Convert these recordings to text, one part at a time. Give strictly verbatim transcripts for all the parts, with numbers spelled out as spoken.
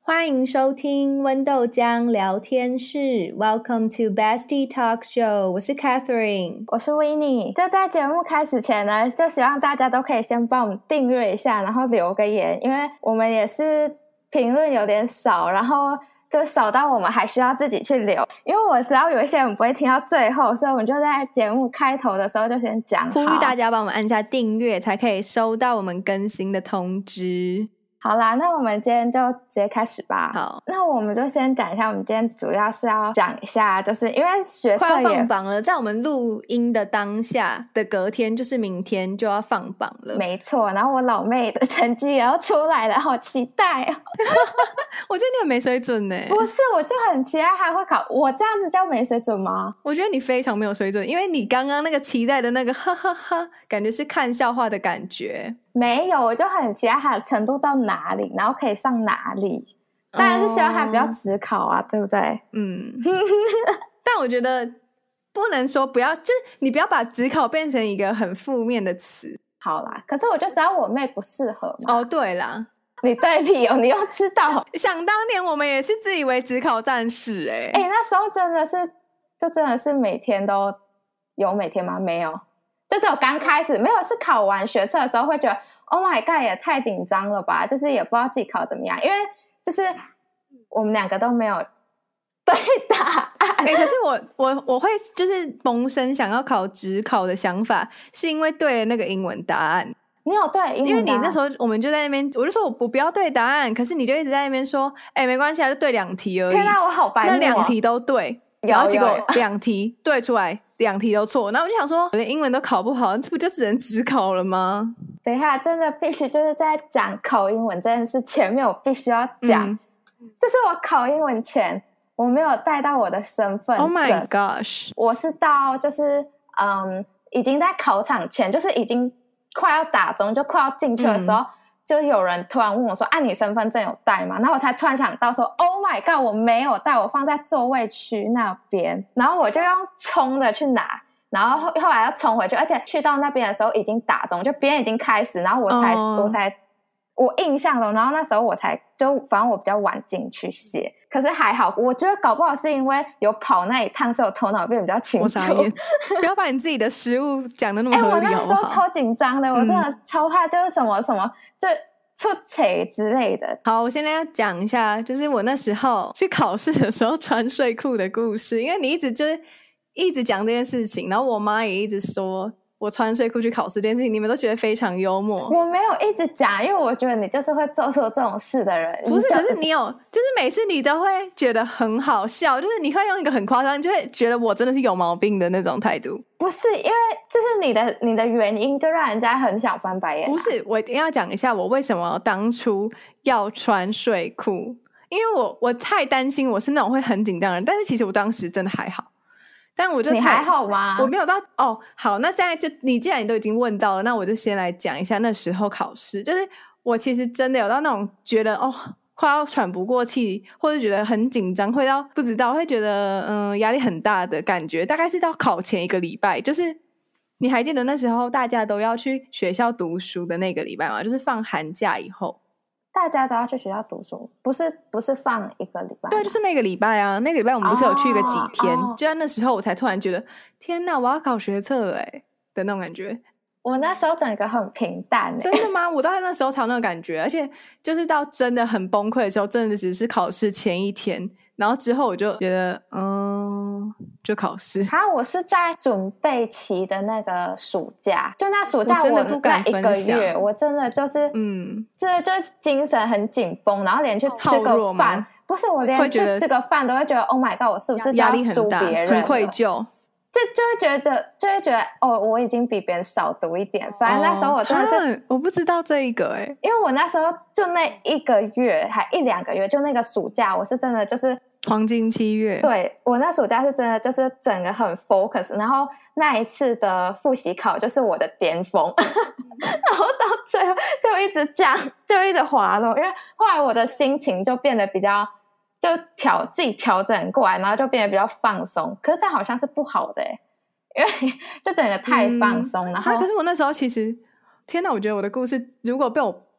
欢迎收听温豆浆聊天室 Welcome to Bestie Talk Show 我是 Catherine 我是 Winnie 就在节目开始前呢，就希望大家都可以先帮我们订阅一下，然后留个言，因为我们也是评论有点少，然后就少到我们还需要自己去留，因为我知道有一些人不会听到最后，所以我们就在节目开头的时候就先讲好， 呼吁大家帮我们按下订阅才可以收到我们更新的通知。 好啦，那我们今天就直接开始吧。 好， 那我们就先讲一下，我们今天主要是要讲一下，就是因为学测快要也放榜了，在我们录音的当下的隔天，就是明天就要放榜了。 没错，然后我老妹的成绩也要出来了，好期待哦！ 我觉得你很没水准耶。 不是，我就很期待还会考，我这样子叫没水准吗？ 我觉得你非常没有水准，因为你刚刚那个期待的那个哈哈哈，感觉是看笑话的感觉。 没有，我就很期待它的程度到哪里，然后可以上哪里。当然是希望它不要指考啊， oh. 对不对？ 嗯。但我觉得不能说不要，就是你不要把指考变成一个很负面的词。 好啦，可是我就知道我妹不适合嘛。 哦，对啦， 你对比哦，你又知道。 想当年我们也是自以为指考战士哎、 欸欸、那时候真的是就真的是每天都有每天吗？没有，就只有刚开始没有，是考完学测的时候会觉得 Oh my god 也太紧张了吧，就是也不知道自己考怎么样，因为就是我们两个都没有对答案、 欸、可是我我我会就是萌生想要考指考的想法，是因为对了那个英文答案。 你有对英文答案？ 因为你那时候我们就在那边，我就说我我不要对答案，可是你就一直在那边说哎、欸，没关系啊，就对两题而已。 天哪，我好白目、哦、 那两题都对，然后结果两题对出来两题都错，然后我就想说我连英文都考不好，这不就只能指考了吗？ 等一下，真的必须就是在讲考英文这件事前面我必须要讲、嗯、就是我考英文前我没有带到我的身份证。 Oh my gosh， 我是到就是嗯，已经在考场前，就是已经快要打钟就快要进去的时候、嗯、就有人突然问我说啊，你身份证有带吗？然后我才突然想到说 Oh my god 我没有带，我放在座位区那边，然后我就用冲的去拿，然后后来要冲回去，而且去到那边的时候已经打钟，就别人已经开始，然后我才、oh. 我才我印象中，然后那时候我才就反正我比较晚进去写，可是还好，我觉得搞不好是因为有跑那一趟，所以我头脑变得比较清楚。 我傻眼，不要把你自己的失误讲得那么合理好不好？ 欸、我那时候超紧张的，我真的超怕就是什么、嗯、什么就出错之类的。 好，我现在要讲一下就是我那时候去考试的时候穿睡裤的故事，因为你一直就是一直讲这件事情，然后我妈也一直说我穿睡裤去考试这件事情，你们都觉得非常幽默。 我没有一直讲，因为我觉得你就是会做出这种事的人。 不是，可是你有就是每次你都会觉得很好笑，就是你会用一个很夸张，你就会觉得我真的是有毛病的那种态度。 不是，因为就是你的你的原因就让人家很想翻白眼、啊。 不是，我一定要讲一下我为什么当初要穿睡裤，因为我我太担心我是那种会很紧张的人，但是其实我当时真的还好。但我就你还好吗？ 我没有到哦。好，那现在就你既然你都已经问到了，那我就先来讲一下那时候考试。就是我其实真的有到那种觉得哦快要喘不过气，或者觉得很紧张，会到不知道会觉得嗯压力很大的感觉。大概是到考前一个礼拜，就是你还记得那时候大家都要去学校读书的那个礼拜吗？就是放寒假以后。 大家都要去学校读书，不是不是放一个礼拜？ 对，就是那个礼拜啊，那个礼拜我们不是有去一个几天，哦、就在那时候我才突然觉得，天哪，我要考学测了哎的那种感觉。 我那时候整个很平淡哎， 真的吗？我到那时候才有那个感觉，而且就是到真的很崩溃的时候，真的只是考试前一天，然后之后我就觉得，嗯，就考试。 啊，我是在准备期的那个暑假，就那暑假我真的不敢分享， 那一个月，我真的就是嗯，真的就是精神很紧绷，然后连去吃个饭，不是我连去吃个饭都会觉得 Oh my god 我是不是压力很大， 输别人很愧疚， 就就会觉得就会觉得哦，我已经比别人少读一点。反正那时候我真的是、 哦、我不知道这一个哎、欸， 因为我那时候就那一个月还一两个月，就那个暑假我是真的就是黄金七月。 对，我那暑假是真的就是整个很 focus， 然后那一次的复习考就是我的巅峰然后到最后就一直这样就一直滑落，因为后来我的心情就变得比较就调自己调整过来，然后就变得比较放松。可是这好像是不好的耶，因为就整个太放松、嗯、然后、 啊、可是我那时候其实天哪，我觉得我的故事如果被我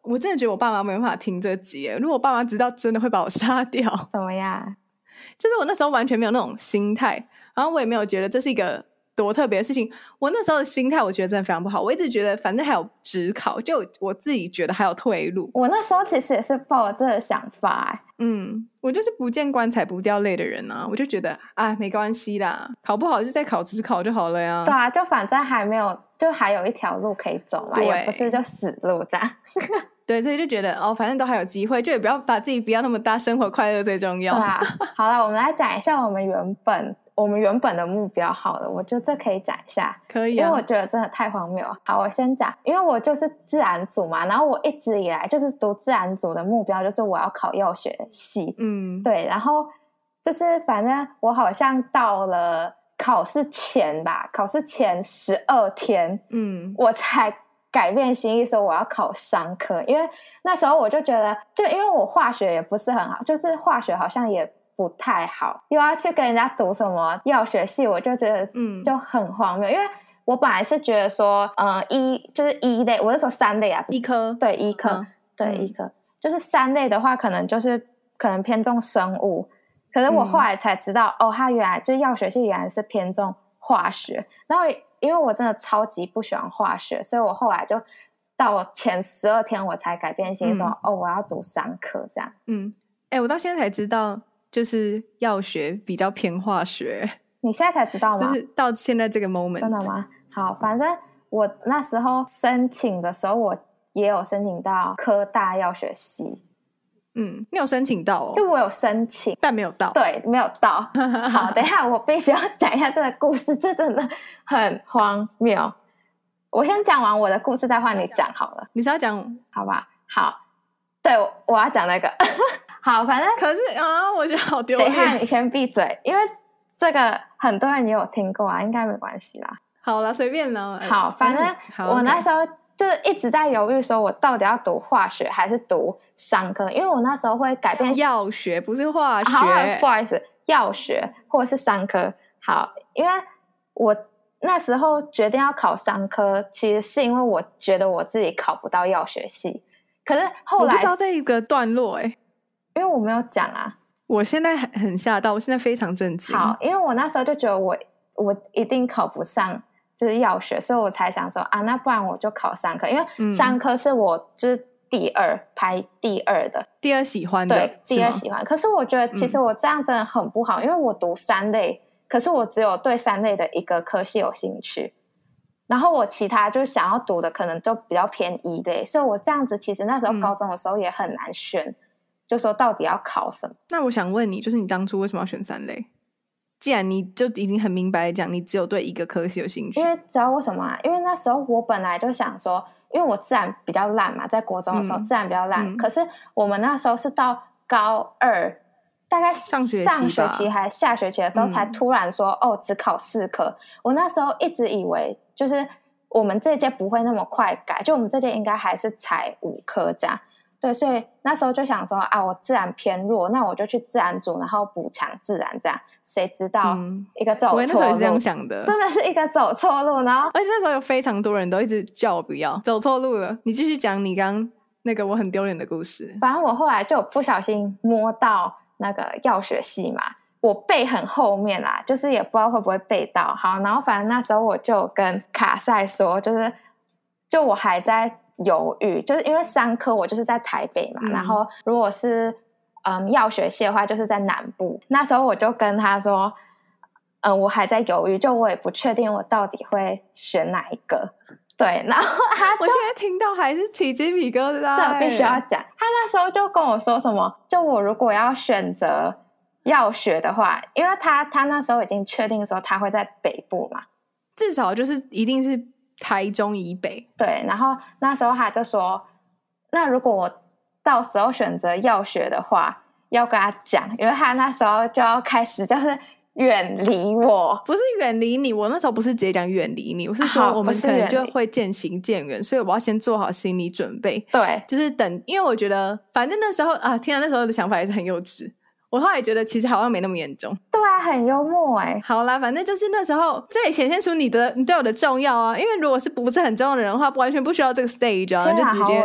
我真的觉得我爸妈没办法听这集耶，如果我爸妈知道真的会把我杀掉。 怎么样？ 就是我那时候完全没有那种心态，然后我也没有觉得这是一个多特别的事情。我那时候的心态我觉得真的非常不好，我一直觉得反正还有指考，就我自己觉得还有退路。 我那时候其实也是抱着这个想法、欸、 嗯，我就是不见棺材不掉泪的人啊，我就觉得啊没关系啦，考不好就再考指考就好了呀。 对啊，就反正还没有，就还有一条路可以走嘛，也不是就死路这样。 对，所以就觉得哦，反正都还有机会，就也不要把自己不要那么大，生活快乐最重要。 对啊，好了，我们来讲一下我们原本我们原本的目标好了，我觉得这可以讲一下。 可以啊， 因为我觉得真的太荒谬了。好，我先讲，因为我就是自然组嘛，然后我一直以来就是读自然组的目标就是我要考药学系。嗯，对，然后就是反正我好像到了考试前吧，考试前十二天，嗯，我才改变心意说我要考商科，因为那时候我就觉得，就因为我化学也不是很好，就是化学好像也不太好，又要去跟人家读什么药学系，我就觉得嗯就很荒谬。因为我本来是觉得说，呃，一就是一类，我是说三类啊， 医科， 对医科，嗯、对医科，就是三类的话，可能就是可能偏重生物，可是我后来才知道，嗯、哦，它原来就是药学系原来是偏重化学，然后。因为我真的超级不喜欢化学，所以我后来就到前十二天我才改变心说、嗯、哦我要读商科这样。 嗯，哎、欸，我到现在才知道就是药学比较偏化学。 你现在才知道吗？ 就是到现在这个 moment。 真的吗？好，反正我那时候申请的时候我也有申请到科大药学系。 嗯，你有申请到哦？ 就我有申请， 但没有到。 对，没有到。好，等一下，我必须要讲一下这个故事，这真的很荒谬。我先讲完我的故事，再换你讲好了。 你是要讲好吧？好，对，我, 我要讲那个。好，反正可是啊，我觉得好丢脸。 等一下，你先闭嘴，因为这个很多人也有听过啊，应该没关系啦。 好啦，随便啦。 好，反正我那时候。就是一直在犹豫说我到底要读化学还是读商科，因为我那时候会改变药学不是化学。 好，不好意思，药学或者是商科。好，因为我那时候决定要考商科，其实是因为我觉得我自己考不到药学系，可是后来我不知道这一个段落哎、欸， 因为我没有讲啊。 我现在很吓到，我现在非常震惊。 好，因为我那时候就觉得我我一定考不上就是药学，所以我才想说啊，那不然我就考商科，因为商科是我就是第二、嗯、排第二的， 第二喜欢的， 对，第二喜欢。可是我觉得其实我这样真的很不好，嗯、因为我读三类，可是我只有对三类的一个科系有兴趣，然后我其他就想要读的可能就比较偏一类，所以我这样子其实那时候高中的时候也很难选，嗯、就说到底要考什么。 那我想问你，就是你当初为什么要选三类？既然你就已经很明白讲你只有对一个科系有兴趣。 因为知道为什么啊？因为那时候我本来就想说，因为我自然比较烂嘛，在国中的时候、嗯、自然比较烂、嗯、可是我们那时候是到高二大概上学期上学期还下学期的时候才突然说、嗯、哦只考四科。我那时候一直以为就是我们这届不会那么快改，就我们这届应该还是才五科这样。对，所以那时候就想说啊，我自然偏弱，那我就去自然组，然后补强自然这样。谁知道一个走错路、嗯、我那时候也是这样想的， 真的是一个走错路。然后而且那时候有非常多人都一直叫我不要走错路了。你继续讲你刚刚那个我很丢脸的故事。 反正我后来就有不小心摸到那个药学系嘛，我背很后面啦，就是也不知道会不会背到。好，然后反正那时候我就跟卡塞说，就是就我还在犹豫，就是因为商科我就是在台北嘛、嗯、然后如果是嗯药学系的话就是在南部。那时候我就跟他说嗯我还在犹豫，就我也不确定我到底会选哪一个。对，然后他我现在听到还是起鸡皮疙瘩。 这必须要讲，他那时候就跟我说什么，就我如果要选择药学的话，因为他他那时候已经确定说他会在北部嘛， 至少就是一定是台中以北。 对，然后那时候他就说那如果我到时候选择药学的话要跟他讲，因为他那时候就要开始就是远离我。 不是远离你，我那时候不是直接讲远离你，我是说我们可能就会渐行渐远，所以我要先做好心理准备。 对， 就是等，因为我觉得反正那时候啊，天啊，那时候的想法也是很幼稚。我后来觉得其实好像没那么严重。 对啊，很幽默哎、欸。 好啦，反正就是那时候这也显现出你的你对我的重要啊。因为如果是不是很重要的人的话，完全不需要这个 stage 啊，就直接、 哦、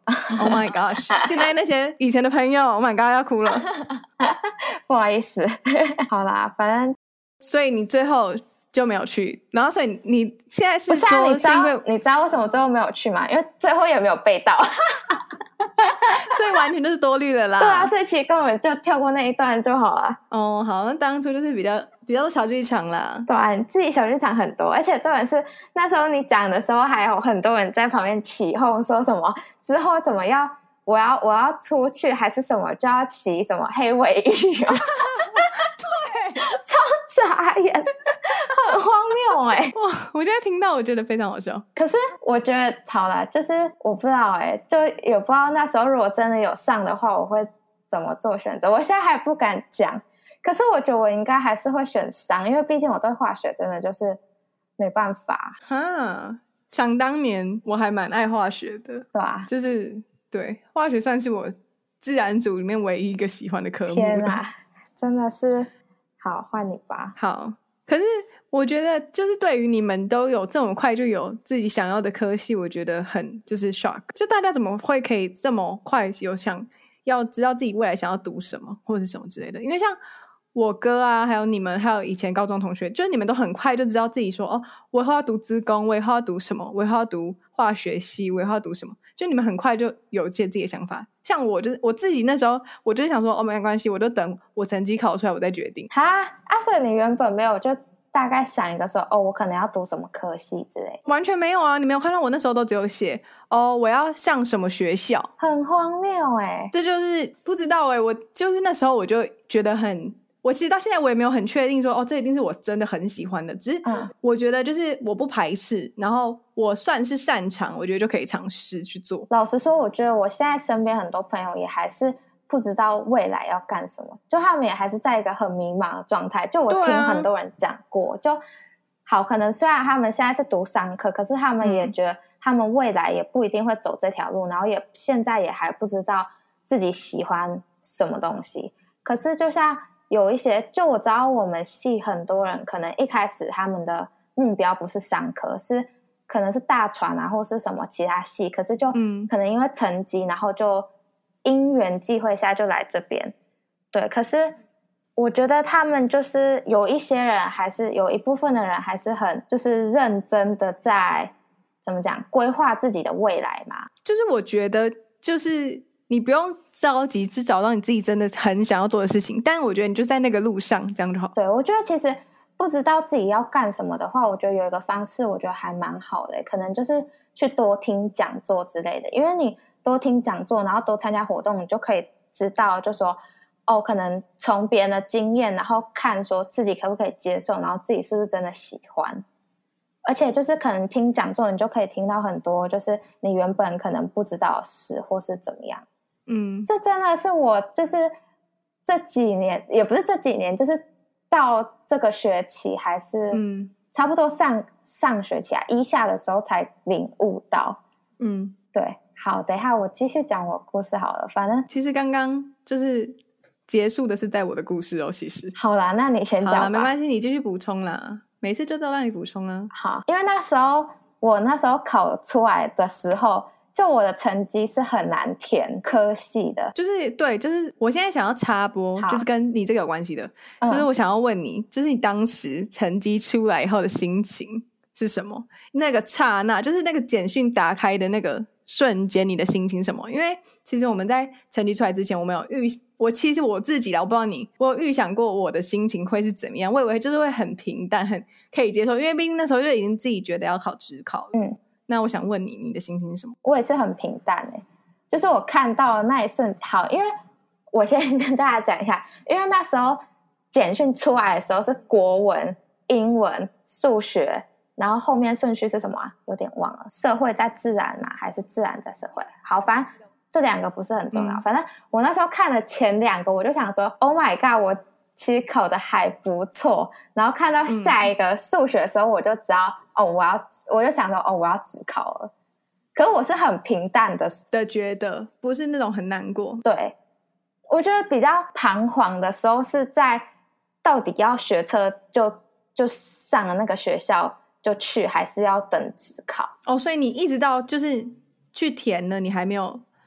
Oh my gosh 现在那些以前的朋友 Oh my god 要哭了不好意思好啦，反正所以你最后就没有去，然后所以你现在是说不是、啊、你知道是因为你知道为什么最后没有去吗？因为最后也没有背到所以完全就是多虑了啦对啊，所以其实根本就跳过那一段就好了。 哦，好，那当初就是比较比较小剧场啦。 对啊，你自己小剧场很多，而且重点是那时候你讲的时候还有很多人在旁边起哄，说什么之后怎么要我要我要出去还是什么就要骑什么黑尾鱼哦对， 超傻眼很荒谬哎、欸！ 哇，我现在听到我觉得非常好笑。 可是我觉得好啦，就是我不知道哎、欸，就也不知道那时候如果真的有上的话，我会怎么做选择。我现在还不敢讲，可是我觉得我应该还是会选商，因为毕竟我对化学真的就是没办法。 哈，想当年我还蛮爱化学的， 对啊， 就是对化学算是我自然组里面唯一一个喜欢的科目。 天啊，真的是。好，换你吧。 好，可是我觉得就是对于你们都有这么快就有自己想要的科系，我觉得很就是 shock， 就大家怎么会可以这么快有想要知道自己未来想要读什么或者是什么之类的。因为像我哥啊还有你们还有以前高中同学，就是你们都很快就知道自己说哦，我以后要读资工，我以后要读什么，我以后要读化学系，我以后要读什么，就你们很快就有自己的想法。像我就是我自己那时候我就是想说哦没关系，我就等我成绩考出来我再决定。 哈啊，所以你原本没有就大概想一个说哦我可能要读什么科系之类？ 完全没有啊，你没有看到我那时候都只有写哦我要上什么学校。 很荒谬耶、欸、 这就是不知道耶、欸、我就是那时候我就觉得很，我其实到现在我也没有很确定说哦这一定是我真的很喜欢的，只是我觉得就是我不排斥，然后我算是擅长，我觉得就可以尝试去做。 老实说我觉得我现在身边很多朋友也还是不知道未来要干什么，就他们也还是在一个很迷茫的状态。就我听很多人讲过、啊、就好可能虽然他们现在是读商科，可是他们也觉得他们未来也不一定会走这条路、嗯、然后也现在也还不知道自己喜欢什么东西。可是就像有一些就我知道我们系很多人可能一开始他们的目标不是商科，是可能是大传啊或是什么其他系，可是就可能因为成绩、嗯、然后就因缘际会下就来这边。对，可是我觉得他们就是有一些人还是有一部分的人还是很就是认真的在怎么讲规划自己的未来嘛。 就是我觉得就是你不用着急去找到你自己真的很想要做的事情，但我觉得你就在那个路上这样就好。 对，我觉得其实不知道自己要干什么的话，我觉得有一个方式我觉得还蛮好的，可能就是去多听讲座之类的。因为你多听讲座然后多参加活动，你就可以知道就说哦，可能从别人的经验然后看说自己可不可以接受，然后自己是不是真的喜欢。而且就是可能听讲座你就可以听到很多就是你原本可能不知道的事或是怎么样。嗯，这真的是我就是这几年也不是这几年，就是到这个学期还是嗯，差不多上上学期啊一下的时候才领悟到。嗯，对。好，等一下我继续讲我故事好了。反正其实刚刚就是结束的是在我的故事哦。其实好啦，那你先讲吧。 好啦，没关系，你继续补充啦，每次就都让你补充啊。 好，因为那时候我那时候考出来的时候，就我的成绩是很难填科系的。 就是对，就是我现在想要插播，就是跟你这个有关系的、嗯、就是我想要问你，就是你当时成绩出来以后的心情是什么？那个刹那，就是那个简讯打开的那个瞬间，你的心情什么？因为其实我们在成绩出来之前，我们有预，我其实我自己啦，我不知道你，我有预想过我的心情会是怎么样。我以为就是会很平淡，很可以接受，因为毕竟那时候就已经自己觉得要考指考了。嗯，那我想问你，你的心情是什么？ 我也是很平淡欸，就是我看到的那一瞬，好，因为我先跟大家讲一下，因为那时候简讯出来的时候是国文、英文、数学。然后后面顺序是什么啊？有点忘了，社会在自然嘛，还是自然在社会？好，反正这两个不是很重要、嗯、反正我那时候看了前两个，我就想说 Oh my god， 我其实考得还不错。然后看到下一个数学的时候，我就知道、嗯、哦，我要我就想说哦，我要指考了。可是我是很平淡的的觉得，不是那种很难过。 对，我觉得比较彷徨的时候是在到底要学车就就上了那个学校就去，还是要等指考。 哦，所以你一直到就是去填了，你还没有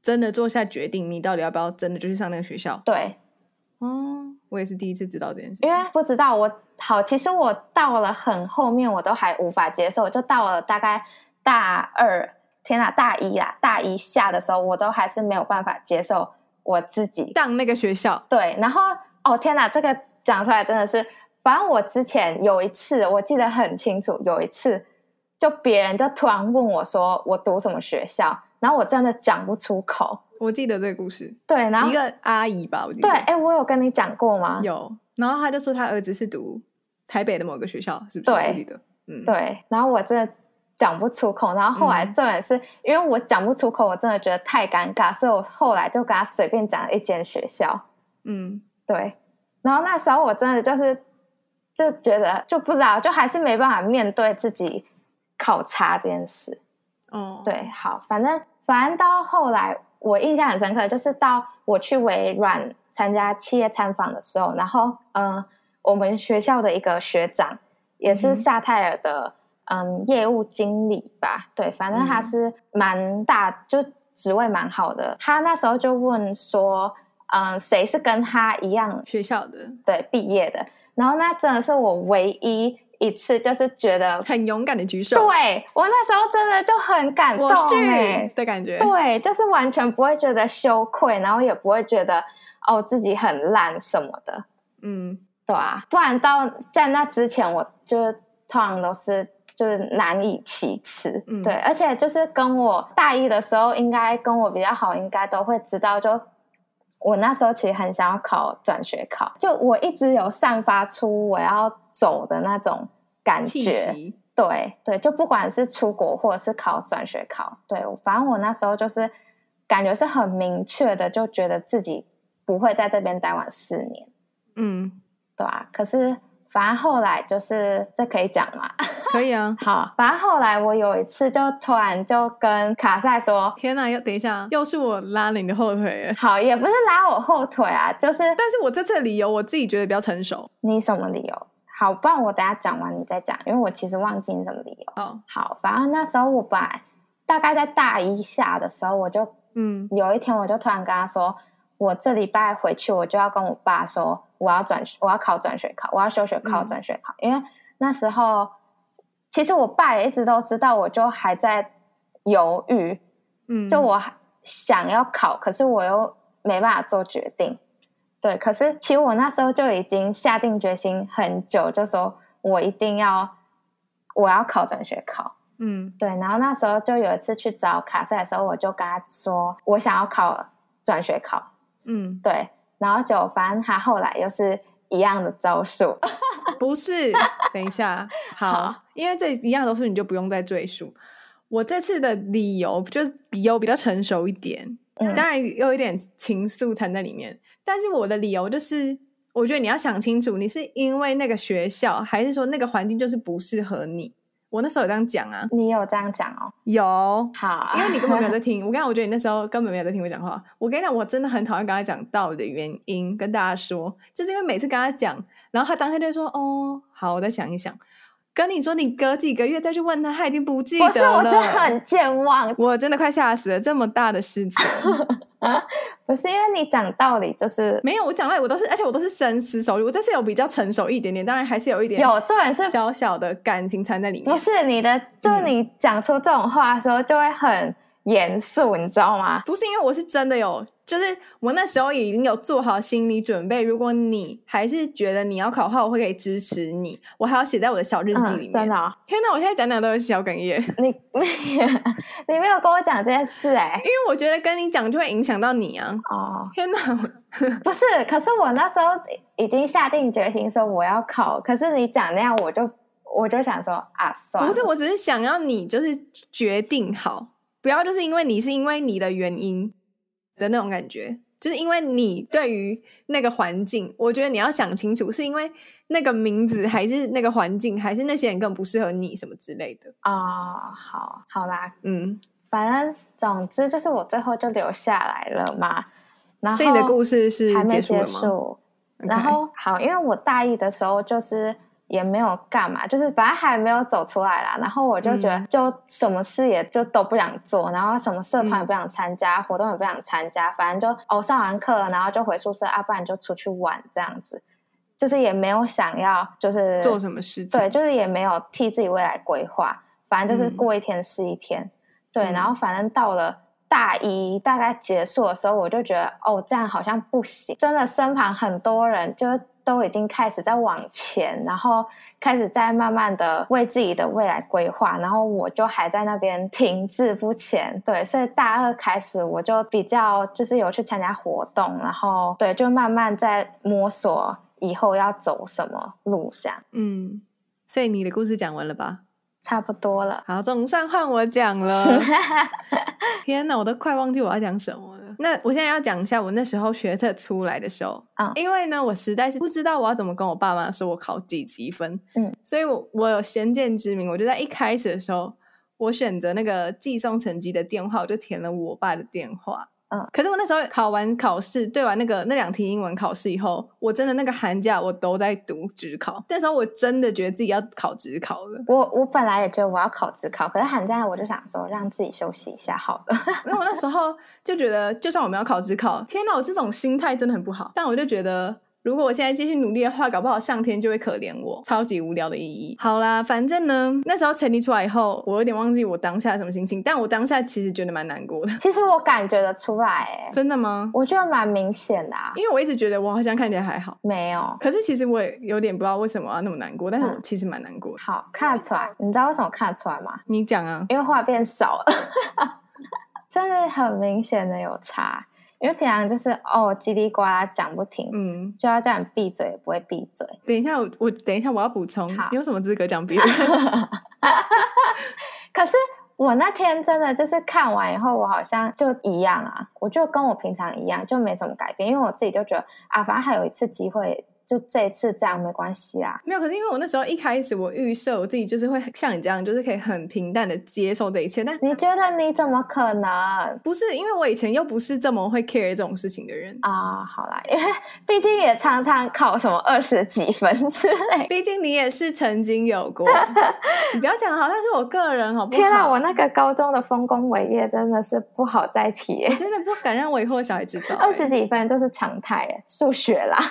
真的做下决定你到底要不要真的就去上那个学校？ 对， 哦，我也是第一次知道这件事情。 因为不知道我好，其实我到了很后面我都还无法接受，就到了大概大二，天哪，大一啦，大一下的时候我都还是没有办法接受我自己上那个学校。 对，然后哦天哪，这个讲出来真的是，反正我之前有一次我记得很清楚，有一次就别人就突然问我说我读什么学校，然后我真的讲不出口。 我记得这个故事。 对，然后一个阿姨吧，我记得。 对，哎，我有跟你讲过吗？ 有，然后他就说他儿子是读台北的某个学校，是不是？ 对， 我记得。嗯， 对，然后我真的讲不出口，然后后来重点是、嗯、因为我讲不出口，我真的觉得太尴尬，所以我后来就跟他随便讲了一间学校。 嗯， 对，然后那时候我真的就是就觉得就不知道，就还是没办法面对自己考差这件事。 哦， 对，好，反正反正到后来我印象很深刻，就是到我去微软参加企业参访的时候，然后嗯、呃，我们学校的一个学长也是萨泰尔的嗯业务经理吧，对，反正他是蛮大，就职位蛮好的。他那时候就问说，嗯，谁是跟他一样学校的， 对，毕业的？然后那真的是我唯一一次就是觉得很勇敢的举手。 对，我那时候真的就很感动、欸， 我是的感觉。 对，就是完全不会觉得羞愧，然后也不会觉得哦自己很烂什么的。 嗯， 对啊，不然到在那之前我就通常都是就是难以启齿、嗯、对，而且就是跟我大一的时候应该跟我比较好，应该都会知道，就我那时候其实很想要考转学考，就我一直有散发出我要走的那种感觉。对对，就不管是出国或者是考转学考，对，反正我那时候就是感觉是很明确的，就觉得自己不会在这边待完四年。 嗯， 对啊，可是反正后来就是这可以讲吗？ 可以啊。 好，反正后来我有一次就突然就跟卡塞说， 天哪，又等一下，又是我拉了你的后腿。 好，也不是拉我后腿啊，就是但是我这次的理由我自己觉得比较成熟。 你什么理由？好，不然我等一下讲完你再讲，因为我其实忘记你什么理由。 哦， 好，反正那时候我本来大概在大一下的时候，我就嗯，有一天我就突然跟他说，我这礼拜回去我就要跟我爸说，我要转我要考转学考，我要休学考转学考、嗯、因为那时候其实我爸也一直都知道，我就还在犹豫，嗯，就我想要考，可是我又没办法做决定。对，可是其实我那时候就已经下定决心很久，就说我一定要我要考转学考。嗯，对，然后那时候就有一次去找卡塞的时候，我就跟他说我想要考转学考。嗯，对，然后就反正他后来又是一样的招数。 不是，等一下，好，好，因为这一样都是你就不用再赘述。我这次的理由就是理由比较成熟一点，嗯，当然有一点情愫掺在里面，但是我的理由就是我觉得你要想清楚，你是因为那个学校还是说那个环境就是不适合你。我那时候有这样讲啊。 你有这样讲哦？ 有。 好， 因为你根本没有在听我刚才我觉得你那时候根本没有在听我讲话。我跟你讲，我真的很讨厌跟他讲道理的原因跟大家说，就是因为每次跟他讲，然后他当下就说哦好，我再想一想。跟你说你隔几个月再去问他，他已经不记得了。 不是，我真的很健忘， 我真的快吓死了，这么大的事情。 不是因为你讲道理就是没有，我讲道理我都是，而且我都是深思熟虑，我这是有比较成熟一点点，当然还是有一点有，这本是小小的感情掺在里面。 不是你的，就是你讲出这种话的时候就会很严肃，你知道吗？ 不是，因为我是真的有，就是我那时候已经有做好心理准备，如果你还是觉得你要考的话，我会可以支持你，我还要写在我的小日记里面。嗯、真的、哦？天哪，我现在讲讲都有小哽咽。 你你没有跟我讲这件事哎、欸， 因为我觉得跟你讲就会影响到你啊。哦，天哪， 不是，可是我那时候已经下定决心说我要考，可是你讲那样，我就我就想说啊，算了。 不是，我只是想要你就是决定好。不要就是因为你是因为你的原因的那种感觉，就是因为你对于那个环境，我觉得你要想清楚，是因为那个名字还是那个环境，还是那些人根本不适合你什么之类的啊、哦？好，好啦，嗯，反正总之就是我最后就留下来了嘛。然后所以你的故事是结束了吗？ 还没结束。然后好，因为我大一的时候就是也没有干嘛，就是反正还没有走出来啦。然后我就觉得就什么事也就都不想做，然后什么社团也不想参加、嗯、活动也不想参加，反正就哦上完课然后就回宿舍啊，不然就出去玩这样子，就是也没有想要就是做什么事情， 对，就是也没有替自己未来规划，反正就是过一天是一天、嗯、对、嗯、然后反正到了大一大概结束的时候，我就觉得哦这样好像不行，真的身旁很多人就都已经开始在往前，然后开始在慢慢的为自己的未来规划，然后我就还在那边停滞不前。对，所以大二开始我就比较就是有去参加活动，然后对就慢慢在摸索以后要走什么路这样。 嗯，所以你的故事讲完了吧？ 差不多了。 好，总算换我讲了。天哪，我都快忘记我要讲什么了。那我现在要讲一下我那时候学测出来的时候、嗯、因为呢我实在是不知道我要怎么跟我爸妈说我考几几分、嗯、所以我我有先见之明，我就在一开始的时候我选择那个寄送成绩的电话，我就填了我爸的电话。嗯，可是我那时候考完考试对完那个那两题英文考试以后，我真的那个寒假我都在读指考，那时候我真的觉得自己要考指考了。 我我本来也觉得我要考指考，可是寒假我就想说让自己休息一下好了。 因为我那时候就觉得就算我们要考指考，天哪，我这种心态真的很不好，但我就觉得如果我现在继续努力的话，搞不好上天就会可怜我，超级无聊的意义。好啦，反正呢那时候成绩出来以后，我有点忘记我当下什么心情，但我当下其实觉得蛮难过的。 其实我感觉得出来耶。 真的吗？ 我觉得蛮明显的啊， 因为我一直觉得我好像看起来还好。 没有， 可是其实我也有点不知道为什么要那么难过，但是我其实蛮难过的、嗯、 好，看得出来。你知道为什么看得出来吗？ 你讲啊。 因为话变少了。真的很明显的有差，因为平常就是哦叽里呱啦讲不停，嗯，就要叫你闭嘴也不会闭嘴。 等一下我我等一下我要补充，你有什么资格讲别人？ 可是我那天真的就是看完以后我好像就一样啊，我就跟我平常一样，就没什么改变，因为我自己就觉得啊反正还有一次机会，就这一次这样没关系啦。 没有，可是因为我那时候一开始我预设我自己就是会像你这样，就是可以很平淡的接受这一切，但你觉得你怎么可能？ 不是，因为我以前又不是这么会 care 这种事情的人啊。好啦，因为毕竟也常常考什么二十几分之类， 毕竟你也是曾经有过。你不要讲好像是我个人好不好？ 天啊，我那个高中的丰功伟业真的是不好再提耶， 我真的不敢让我以后的小孩知道。 二十几分都是常态耶，数学啦。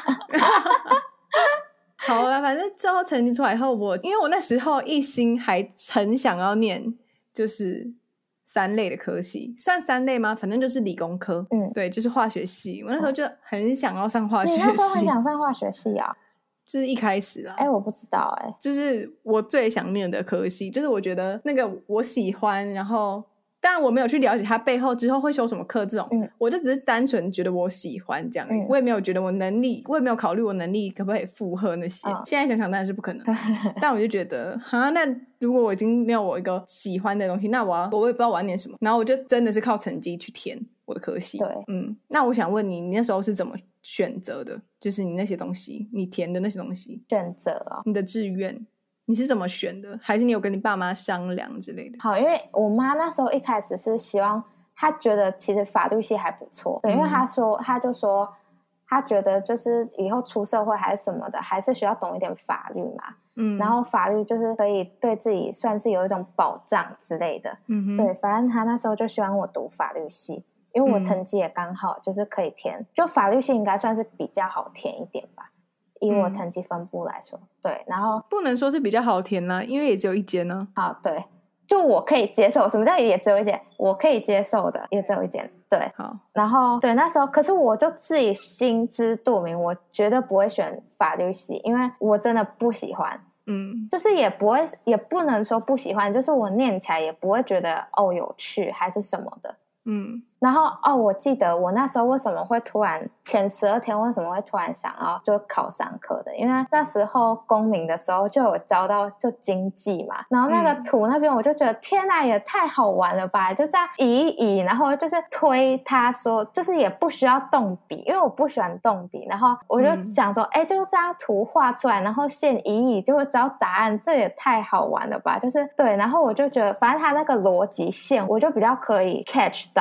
好了，反正最后成绩出来以后，我因为我那时候一心还很想要念就是三类的科系，算三类吗？反正就是理工科。嗯，对，就是化学系。我那时候就很想要上化学系。 你那时候很想上化学系啊？ 就是一开始啊。 哎、欸，我不知道哎、欸。 就是我最想念的科系，就是我觉得那个我喜欢，然后当然我没有去了解他背后之后会修什么课这种、嗯、我就只是单纯觉得我喜欢这样、嗯、我也没有觉得我能力，我也没有考虑我能力可不可以负荷那些、嗯、现在想想当然是不可能。但我就觉得哈，那如果我已经没有我一个喜欢的东西，那我要我也不知道我要念什么，然后我就真的是靠成绩去填我的科系。 对， 嗯，那我想问你，你那时候是怎么选择的？就是你那些东西，你填的那些东西选择哦， 你的志愿你是怎么选的？还是你有跟你爸妈商量之类的？ 好，因为我妈那时候一开始是希望，她觉得其实法律系还不错，对，因为她说，她就说，她觉得就是以后出社会还是什么的，还是需要懂一点法律嘛，嗯，然后法律就是可以对自己算是有一种保障之类的，嗯哼，对，反正她那时候就希望我读法律系，因为我成绩也刚好就是可以填，嗯、就法律系应该算是比较好填一点吧。以我成绩分布来说、嗯、对，然后不能说是比较好填啦、啊、因为也只有一间呢、 啊。好，对，就我可以接受，什么叫也只有一间？我可以接受的也只有一间，对。 好， 然后对那时候，可是我就自己心知肚明，我绝对不会选法律系，因为我真的不喜欢，嗯，就是也不会，也不能说不喜欢，就是我念起来也不会觉得哦有趣还是什么的。嗯，然后哦，我记得我那时候为什么会突然前十二天为什么会突然想要就考商科的，因为那时候公民的时候就有教到就经济嘛，然后那个图那边我就觉得、嗯、天哪也太好玩了吧，就这样移一移，然后就是推他说就是也不需要动笔，因为我不喜欢动笔，然后我就想说哎、嗯，就这样图画出来，然后线移一移就会知道答案，这也太好玩了吧，就是对，然后我就觉得反正他那个逻辑线我就比较可以 catch 到， 毕竟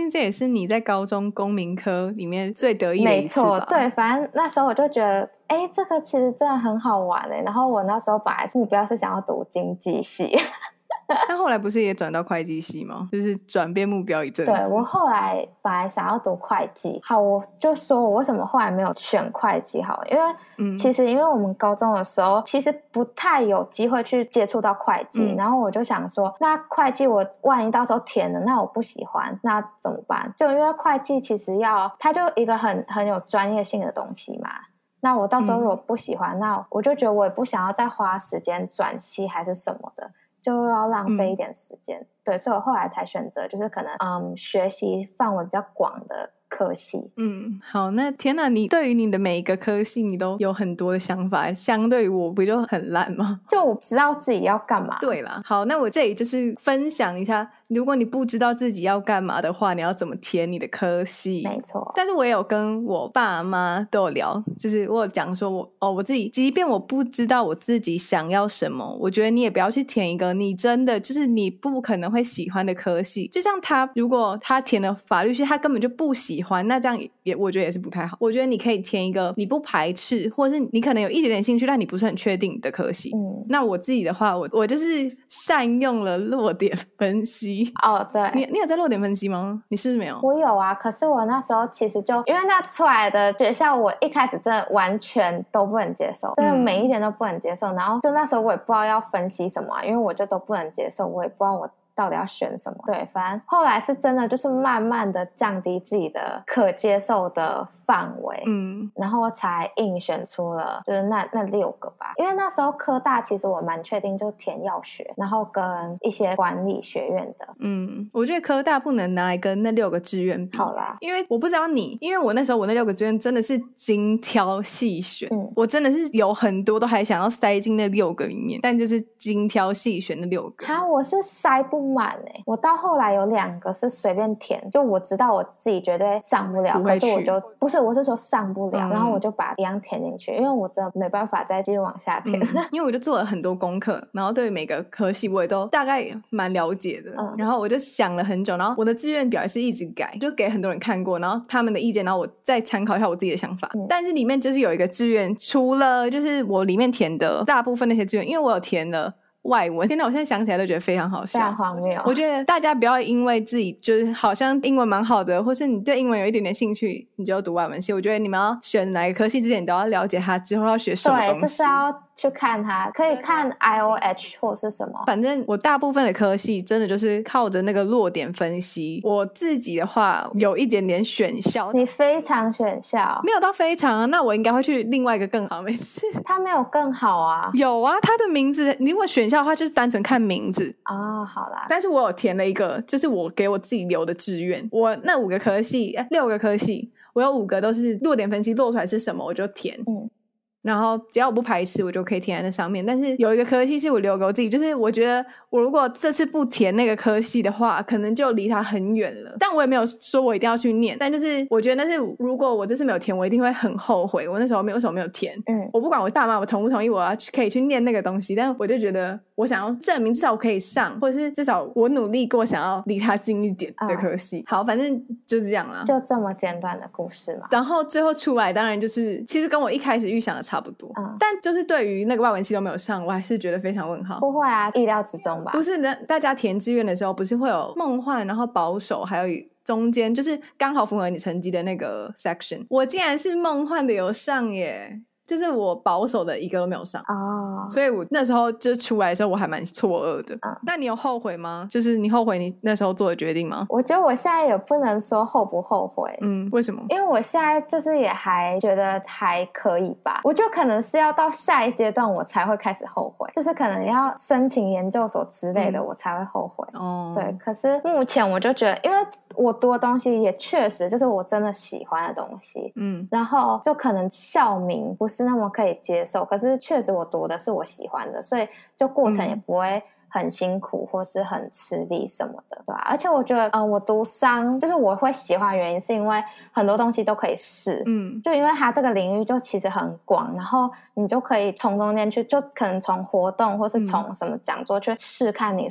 信这也是你在高中公民科里面最得意的一次吧？ 没错，对，反正那时候我就觉得哎，这个其实真的很好玩哎。然后我那时候本来目标是想要读经济系但后来不是也转到会计系吗？就是转变目标一阵子。 对，我后来本来想要读会计，好，我就说我为什么后来没有选会计好了，因为、嗯、其实因为我们高中的时候其实不太有机会去接触到会计、嗯、然后我就想说那会计我万一到时候填了那我不喜欢那怎么办，就因为会计其实要它就一个很很有专业性的东西嘛，那我到时候如果不喜欢、嗯、那我就觉得我也不想要再花时间转系还是什么的，就要浪费一点时间、嗯、对，所以我后来才选择就是可能嗯学习范围比较广的科系。 嗯，好，那天哪，你对于你的每一个科系你都有很多的想法，相对于我不就很烂吗？ 就我不知道自己要干嘛。 对啦，好，那我这里就是分享一下，如果你不知道自己要干嘛的话，你要怎么填你的科系。 没错， 但是我也有跟我爸妈都有聊，就是我有讲说我哦，我自己即便我不知道我自己想要什么，我觉得你也不要去填一个你真的就是你不可能会喜欢的科系。就像他如果他填了法律系他根本就不喜欢，那这样也我觉得也是不太好。我觉得你可以填一个你不排斥或者是你可能有一点点兴趣但你不是很确定的科系。嗯，那我自己的话我我就是善用了落点分析。 哦，对， 你你有在落点分析吗？你是不是没有？ 我有啊，可是我那时候其实就因为那出来的学校我一开始真的完全都不能接受，真的每一点都不能接受、嗯、然后就那时候我也不知道要分析什么、啊、因为我就都不能接受，我也不知道我到底要选什么。对，反正后来是真的就是慢慢的降低自己的可接受的范围，嗯，然后才硬选出了就是那那六个吧。因为那时候科大其实我蛮确定就填药学，然后跟一些管理学院的。 嗯，我觉得科大不能拿来跟那六个志愿比。 好啦， 因为我不知道你，因为我那时候我那六个志愿真的是精挑细选、嗯、我真的是有很多都还想要塞进那六个里面，但就是精挑细选那六个。 哈，我是塞不满欸，我到后来有两个是随便填，就我知道我自己绝对上不了， 不会去， 可是我就不是我是说上不了、嗯、然后我就把一样填进去，因为我真的没办法再继续往下填、嗯、 因为我就做了很多功课，然后对每个科系我也都大概蛮了解的、嗯、然后我就想了很久，然后我的志愿表也是一直改，就给很多人看过，然后他们的意见，然后我再参考一下我自己的想法、嗯、但是里面就是有一个志愿，除了就是我里面填的大部分那些志愿，因为我有填了外文，天哪，我现在想起来都觉得非常好笑， 非常荒谬。 我觉得大家不要因为自己就是好像英文蛮好的，或是你对英文有一点点兴趣你就读外文系，我觉得你们要选哪个科系之前你都要了解它之后要学什么东西。 对，就是要去看它，可以看 I O H 或是什么。 反正我大部分的科系真的就是靠着那个落点分析。我自己的话有一点点选校。 你非常选校？ 没有到非常啊，那我应该会去另外一个更好。没事， 它没有更好啊。有啊，它的名字你如果选校的话就是单纯看名字啊、哦。好啦， 但是我有填了一个就是我给我自己留的志愿，我那五个科系六个科系我有五个都是落点分析落出来是什么我就填。嗯，然后只要我不排斥我就可以填在那上面，但是有一个科系是我留给我自己，就是我觉得我如果这次不填那个科系的话可能就离它很远了，但我也没有说我一定要去念，但就是我觉得那是如果我这次没有填我一定会很后悔我那时候没有为什么没有填。嗯，我不管我爸妈我同不同意我要去可以去念那个东西，但我就觉得我想要证明至少我可以上，或者是至少我努力过想要离它近一点的科系、嗯、好，反正就是这样啦， 就这么简短的故事嘛。 然后最后出来当然就是其实跟我一开始预想的差不多、嗯、但就是对于那个外文系都没有上我还是觉得非常问号。 不会啊，意料之中吧。 不是，大家填志愿的时候不是会有梦幻然后保守还有中间就是刚好符合你成绩的那个 section， 我竟然是梦幻的有上耶，就是我保守的一个都没有上哦，所以我那时候就出来的时候我还蛮错愕的、嗯、那你有后悔吗？就是你后悔你那时候做的决定吗？ 我觉得我现在也不能说后不后悔。 嗯，为什么？ 因为我现在就是也还觉得还可以吧，我就可能是要到下一阶段我才会开始后悔，就是可能要申请研究所之类的我才会后悔、嗯、哦，对，可是目前我就觉得因为我读的东西也确实就是我真的喜欢的东西，嗯，然后就可能校名不是那么可以接受，可是确实我读的是我喜欢的，所以就过程也不会很辛苦或是很吃力什么的，对吧、啊？而且我觉得，嗯、呃，我读商就是我会喜欢的原因是因为很多东西都可以试，嗯，就因为它这个领域就其实很广，然后你就可以从中间去，就可能从活动或是从什么讲座去试看你说，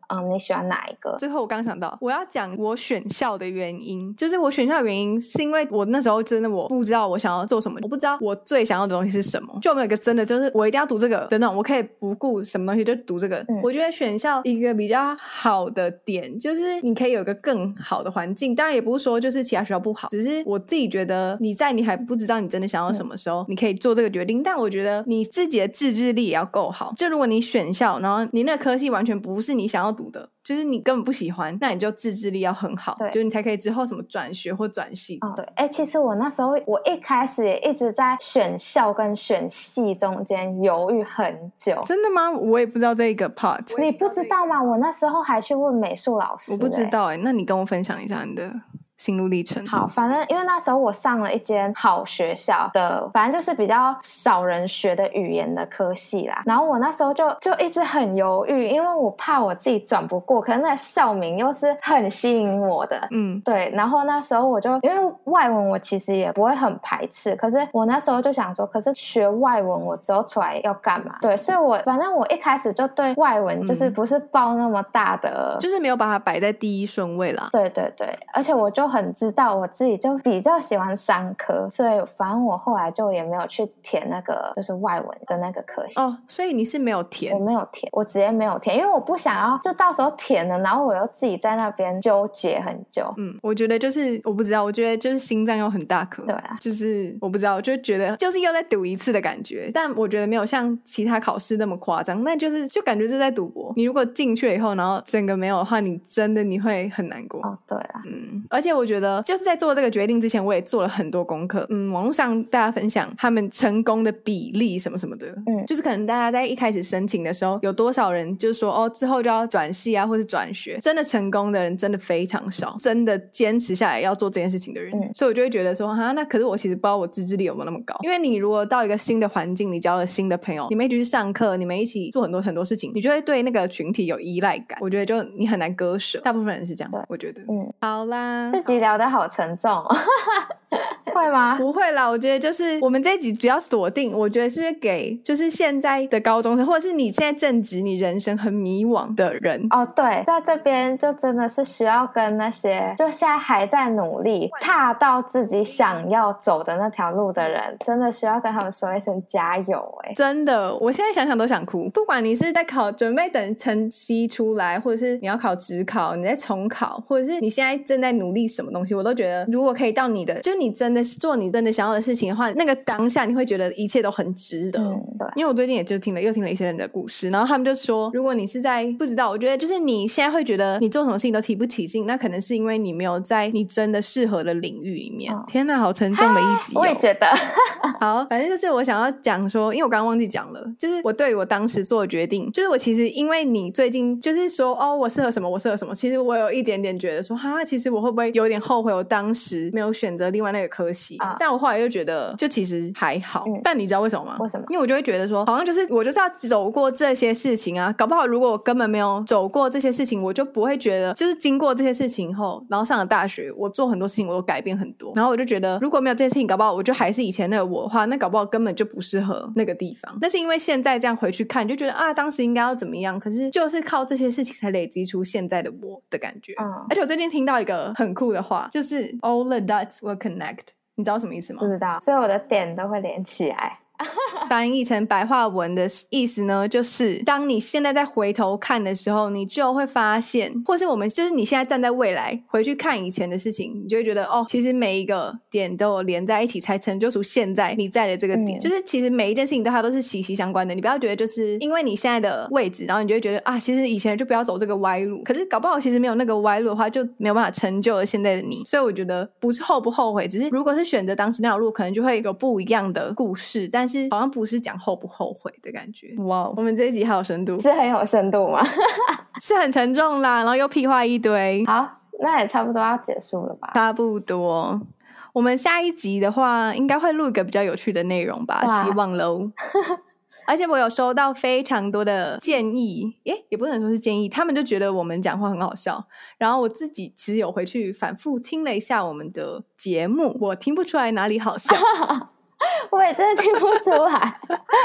嗯，你喜欢哪一个？ 最后我刚想到我要讲我选校的原因，就是我选校的原因是因为我那时候真的我不知道我想要做什么，我不知道我最想要的东西是什么，就没有一个真的就是我一定要读这个的那种，我可以不顾什么东西就读这个、嗯、我觉得选校一个比较好的点就是你可以有一个更好的环境，当然也不是说就是其他学校不好，只是我自己觉得你在你还不知道你真的想要什么时候、嗯、你可以做这个决定，但我觉得你自己的自制力也要够好，就如果你选校然后你那个科系完全不是你想要读的，就是你根本不喜欢，那你就自制力要很好，对，就是你才可以之后什么转学或转系。 哦，对，哎，其实我那时候我一开始也一直在选校跟选系中间犹豫很久。 真的吗？我也不知道这一个 part。 你不知道吗？我那时候还去问美术老师。 我不知道哎，那你跟我分享一下你的心路历程。 好，反正因为那时候我上了一间好学校的，反正就是比较少人学的语言的科系啦，然后我那时候就就一直很犹豫，因为我怕我自己转不过，可是那个校名又是很吸引我的，嗯，对，然后那时候我就因为外文我其实也不会很排斥，可是我那时候就想说，可是学外文我之后出来要干嘛？对，所以我反正我一开始就对外文就是不是抱那么大的、 嗯、就是没有把它摆在第一顺位啦。 对对对，而且我就很知道我自己就比较喜欢商科，所以反正我后来就也没有去填那个就是外文的那个科系。 哦，所以你是没有填？ 我没有填，我直接没有填，因为我不想要就到时候填了然后我又自己在那边纠结很久。 嗯，我觉得就是我不知道，我觉得就是心脏又很大颗。 对啊， 就是我不知道，我就觉得就是又再赌一次的感觉，但我觉得没有像其他考试那么夸张，那就是就感觉是在赌博。你如果进去了以后然后整个没有的话，你真的你会很难过。 哦，对啊， 嗯，而且我觉得就是在做这个决定之前我也做了很多功课，嗯，网络上大家分享他们成功的比例什么什么的，嗯，就是可能大家在一开始申请的时候有多少人就是说哦之后就要转系啊或是转学，真的成功的人真的非常少，真的坚持下来要做这件事情的人、嗯、所以我就会觉得说哈，那可是我其实不知道我自制力有没有那么高，因为你如果到一个新的环境，你交了新的朋友，你们一起去上课，你们一起做很多很多事情，你就会对那个群体有依赖感，我觉得就你很难割舍，大部分人是这样，我觉得。嗯，好啦， 自己聊得好沉重哦会吗？ 不会啦，我觉得就是我们这一集比较锁定，我觉得是给就是现在的高中生，或者是你现在正值你人生很迷惘的人。 哦，对，在这边就真的是需要跟那些就现在还在努力踏到自己想要走的那条路的人，真的需要跟他们说一声加油耶。 真的，我现在想想都想哭。不管你是在考准备等成绩出来，或者是你要考指考，你在重考，或者是你现在正在努力什么东西，我都觉得如果可以到你的就是你真的做你真的想要的事情的话，那个当下你会觉得一切都很值得、嗯、对，因为我最近也就听了又听了一些人的故事，然后他们就说如果你是在不知道，我觉得就是你现在会觉得你做什么事情都提不起劲，那可能是因为你没有在你真的适合的领域里面、哦、天哪好沉重的一集、哦、 我也觉得好，反正就是我想要讲说，因为我刚刚忘记讲了，就是我对于我当时做的决定，就是我其实因为你最近就是说哦我适合什么我适合什么，其实我有一点点觉得说哈，其实我会不会有点后悔我当时没有选择另外那个科系、啊、但我后来就觉得就其实还好、嗯、但你知道为什么吗？ 为什么？ 因为我就会觉得说好像就是我就是要走过这些事情啊，搞不好如果我根本没有走过这些事情，我就不会觉得就是经过这些事情后，然后上了大学我做很多事情我都改变很多，然后我就觉得如果没有这些事情，搞不好我就还是以前那个我的话，那搞不好根本就不适合那个地方。但是因为现在这样回去看，就觉得啊当时应该要怎么样，可是就是靠这些事情才累积出现在的我的感觉、嗯、而且我最近听到一个很酷的话，就是 all the dots will connect， 你知道什么意思吗？ 不知道，所以我的点都会连起来。 翻译成白话文的意思呢，就是当你现在在回头看的时候，你就会发现，或是我们就是你现在站在未来回去看以前的事情，你就会觉得哦，其实每一个点都有连在一起才成就出现在你在的这个点、嗯、就是其实每一件事情它都是息息相关的，你不要觉得就是因为你现在的位置，然后你就会觉得啊，其实以前就不要走这个歪路，可是搞不好其实没有那个歪路的话就没有办法成就了现在的你。所以我觉得不是后不后悔，只是如果是选择当时那条路，可能就会有不一样的故事，但是好像不是讲后不后悔的感觉。哇，我们这一集好有深度， 是很有深度吗？ 是很沉重啦，然后又屁话一堆。 好，那也差不多要结束了吧？ 差不多，我们下一集的话应该会录一个比较有趣的内容吧，希望咯而且我有收到非常多的建议，诶也不能说是建议，他们就觉得我们讲话很好笑，然后我自己其实有回去反复听了一下我们的节目，我听不出来哪里好笑我也真的听不出来他们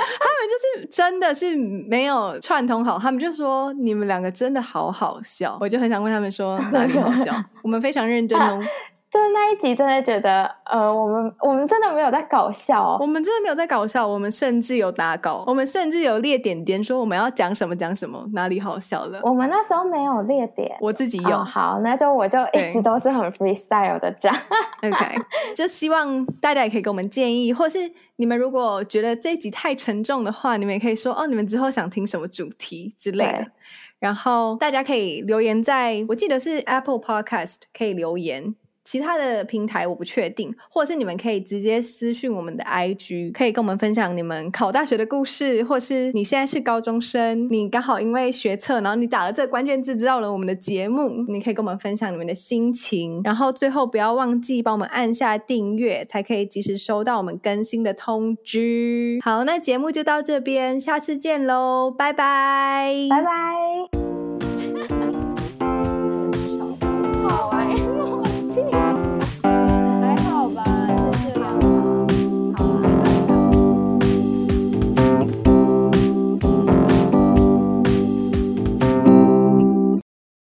就是真的是没有串通好，他们就说你们两个真的好好笑，我就很想问他们说哪里好笑我们非常认真哦就那一集真的觉得呃，我们我们真的没有在搞笑哦， 我们真的没有在搞笑，我们甚至有打稿，我们甚至有列点点说我们要讲什么讲什么，哪里好笑了。 我们那时候没有列点， 我自己有、 哦、好，那就我就一直都是很 freestyle 的讲 OK 就希望大家也可以给我们建议，或是你们如果觉得这一集太沉重的话，你们也可以说哦，你们之后想听什么主题之类的，然后大家可以留言在，我记得是 Apple Podcast 可以留言，其他的平台我不确定，或者是你们可以直接私讯我们的 I G， 可以跟我们分享你们考大学的故事，或是你现在是高中生，你刚好因为学测然后你打了这个关键字知道了我们的节目，你可以跟我们分享你们的心情，然后最后不要忘记帮我们按下订阅，才可以及时收到我们更新的通知。好，那节目就到这边，下次见咯，拜拜拜拜。